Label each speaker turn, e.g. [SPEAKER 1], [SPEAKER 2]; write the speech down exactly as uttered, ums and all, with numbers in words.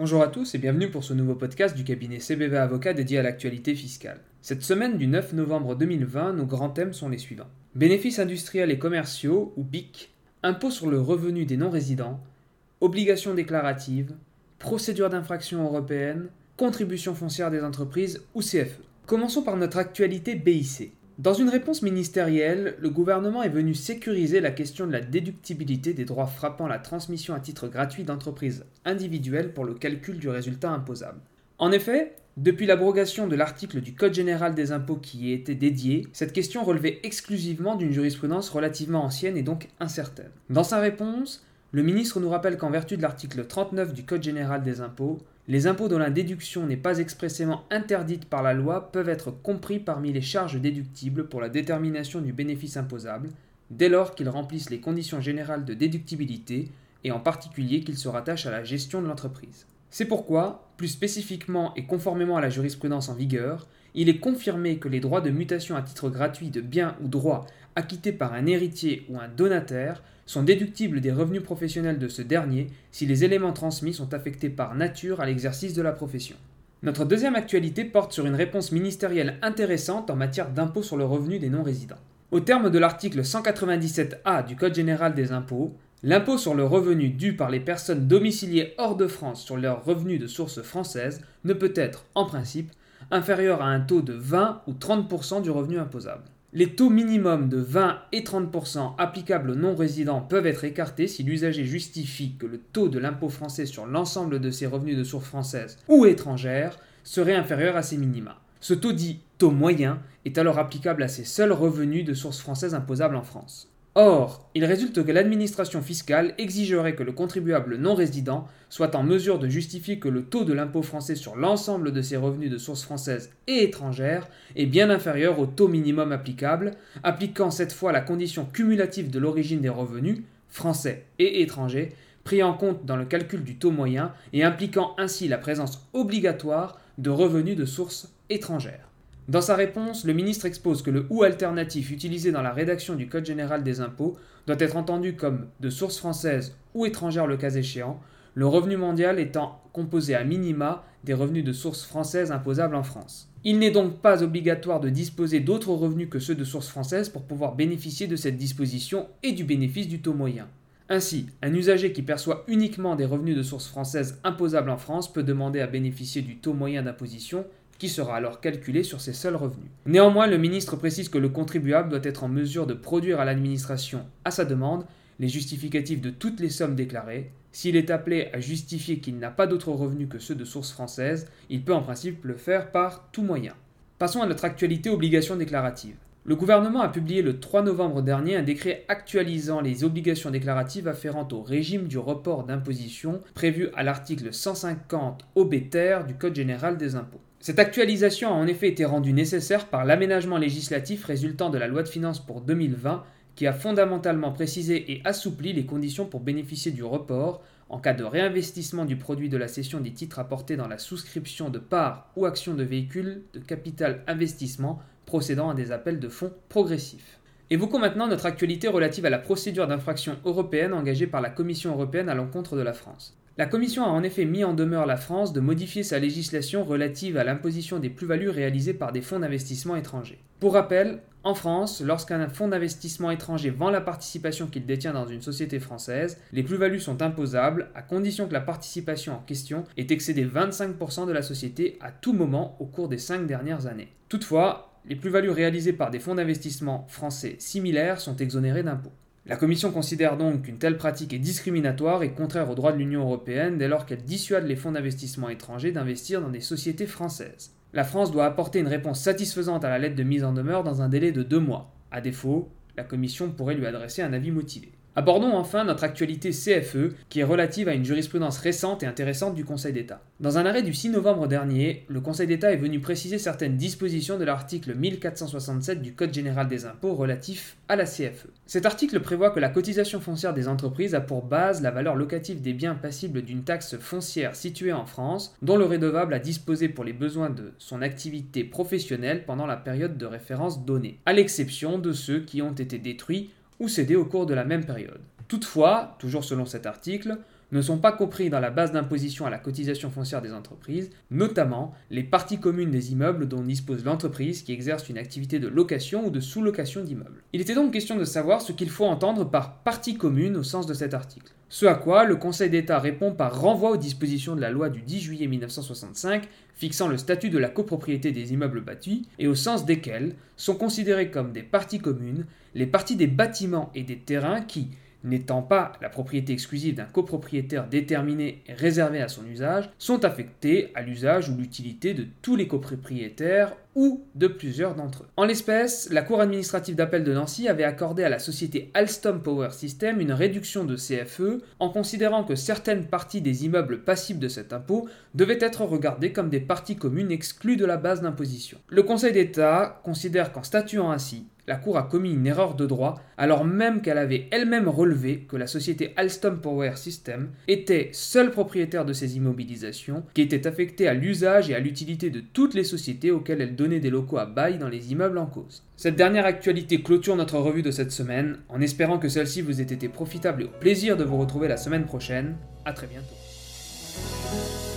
[SPEAKER 1] Bonjour à tous et bienvenue pour ce nouveau podcast du cabinet C B V Avocat dédié à l'actualité fiscale. Cette semaine du neuf novembre deux mille vingt, nos grands thèmes sont les suivants. Bénéfices industriels et commerciaux, ou B I C, impôt sur le revenu des non-résidents, obligations déclaratives, procédure d'infraction européenne, contribution foncière des entreprises, ou C F E. Commençons par notre actualité B I C. Dans une réponse ministérielle, le gouvernement est venu sécuriser la question de la déductibilité des droits frappant la transmission à titre gratuit d'entreprises individuelles pour le calcul du résultat imposable. En effet, depuis l'abrogation de l'article du Code général des impôts qui y était dédié, cette question relevait exclusivement d'une jurisprudence relativement ancienne et donc incertaine. Dans sa réponse, le ministre nous rappelle qu'en vertu de l'article trente-neuf du Code général des impôts, les impôts dont la déduction n'est pas expressément interdite par la loi peuvent être compris parmi les charges déductibles pour la détermination du bénéfice imposable, dès lors qu'ils remplissent les conditions générales de déductibilité et en particulier qu'ils se rattachent à la gestion de l'entreprise. C'est pourquoi, plus spécifiquement et conformément à la jurisprudence en vigueur, il est confirmé que les droits de mutation à titre gratuit de biens ou droits acquittés par un héritier ou un donataire sont déductibles des revenus professionnels de ce dernier si les éléments transmis sont affectés par nature à l'exercice de la profession. Notre deuxième actualité porte sur une réponse ministérielle intéressante en matière d'impôt sur le revenu des non-résidents. Au terme de l'article cent quatre-vingt-dix-sept A du Code général des impôts, l'impôt sur le revenu dû par les personnes domiciliées hors de France sur leurs revenus de source française ne peut être, en principe, inférieur à un taux de vingt ou trente pour cent du revenu imposable. Les taux minimums de vingt et trente pour cent applicables aux non-résidents peuvent être écartés si l'usager justifie que le taux de l'impôt français sur l'ensemble de ses revenus de source française ou étrangère serait inférieur à ces minima. Ce taux dit taux moyen est alors applicable à ses seuls revenus de source française imposables en France. Or, il résulte que l'administration fiscale exigerait que le contribuable non-résident soit en mesure de justifier que le taux de l'impôt français sur l'ensemble de ses revenus de source française et étrangère est bien inférieur au taux minimum applicable, appliquant cette fois la condition cumulative de l'origine des revenus, français et étrangers, pris en compte dans le calcul du taux moyen et impliquant ainsi la présence obligatoire de revenus de source étrangère. Dans sa réponse, le ministre expose que le « ou » alternatif utilisé dans la rédaction du Code général des impôts doit être entendu comme de source française ou étrangère le cas échéant, le revenu mondial étant composé à minima des revenus de source française imposables en France. Il n'est donc pas obligatoire de disposer d'autres revenus que ceux de source française pour pouvoir bénéficier de cette disposition et du bénéfice du taux moyen. Ainsi, un usager qui perçoit uniquement des revenus de source française imposables en France peut demander à bénéficier du taux moyen d'imposition qui sera alors calculé sur ses seuls revenus. Néanmoins, le ministre précise que le contribuable doit être en mesure de produire à l'administration, à sa demande, les justificatifs de toutes les sommes déclarées. S'il est appelé à justifier qu'il n'a pas d'autres revenus que ceux de source française, il peut en principe le faire par tout moyen. Passons à notre actualité obligations déclaratives. Le gouvernement a publié le trois novembre dernier un décret actualisant les obligations déclaratives afférentes au régime du report d'imposition prévu à l'article cent cinquante O B ter du Code général des impôts. Cette actualisation a en effet été rendue nécessaire par l'aménagement législatif résultant de la loi de finances pour deux mille vingt qui a fondamentalement précisé et assoupli les conditions pour bénéficier du report en cas de réinvestissement du produit de la cession des titres apportés dans la souscription de parts ou actions de véhicules de capital investissement procédant à des appels de fonds progressifs. Évoquons maintenant notre actualité relative à la procédure d'infraction européenne engagée par la Commission européenne à l'encontre de la France. La Commission a en effet mis en demeure la France de modifier sa législation relative à l'imposition des plus-values réalisées par des fonds d'investissement étrangers. Pour rappel, en France, lorsqu'un fonds d'investissement étranger vend la participation qu'il détient dans une société française, les plus-values sont imposables à condition que la participation en question ait excédé vingt-cinq pour cent de la société à tout moment au cours des cinq dernières années. Toutefois, les plus-values réalisées par des fonds d'investissement français similaires sont exonérées d'impôts. La Commission considère donc qu'une telle pratique est discriminatoire et contraire aux droits de l'Union européenne dès lors qu'elle dissuade les fonds d'investissement étrangers d'investir dans des sociétés françaises. La France doit apporter une réponse satisfaisante à la lettre de mise en demeure dans un délai de deux mois. À défaut, la Commission pourrait lui adresser un avis motivé. Abordons enfin notre actualité C F E, qui est relative à une jurisprudence récente et intéressante du Conseil d'État. Dans un arrêt du six novembre dernier, le Conseil d'État est venu préciser certaines dispositions de l'article mille quatre cent soixante-sept du Code général des impôts relatif à la C F E. Cet article prévoit que la cotisation foncière des entreprises a pour base la valeur locative des biens passibles d'une taxe foncière située en France, dont le redevable a disposé pour les besoins de son activité professionnelle pendant la période de référence donnée, à l'exception de ceux qui ont été détruits ou cédés au cours de la même période. Toutefois, toujours selon cet article, ne sont pas compris dans la base d'imposition à la cotisation foncière des entreprises, notamment les parties communes des immeubles dont dispose l'entreprise qui exerce une activité de location ou de sous-location d'immeubles. Il était donc question de savoir ce qu'il faut entendre par partie commune au sens de cet article. Ce à quoi le Conseil d'État répond par renvoi aux dispositions de la loi du dix juillet mille neuf cent soixante-cinq fixant le statut de la copropriété des immeubles bâtis et au sens desquels sont considérées comme des parties communes les parties des bâtiments et des terrains qui, n'étant pas la propriété exclusive d'un copropriétaire déterminé et réservé à son usage, sont affectés à l'usage ou l'utilité de tous les copropriétaires ou de plusieurs d'entre eux. En l'espèce, la Cour administrative d'appel de Nancy avait accordé à la société Alstom Power Systems une réduction de C F E en considérant que certaines parties des immeubles passibles de cet impôt devaient être regardées comme des parties communes exclues de la base d'imposition. Le Conseil d'État considère qu'en statuant ainsi, la Cour a commis une erreur de droit alors même qu'elle avait elle-même relevé que la société Alstom Power Systems était seule propriétaire de ces immobilisations qui étaient affectées à l'usage et à l'utilité de toutes les sociétés auxquelles elle donnait des locaux à bail dans les immeubles en cause. Cette dernière actualité clôture notre revue de cette semaine, en espérant que celle-ci vous ait été profitable et au plaisir de vous retrouver la semaine prochaine. À très bientôt.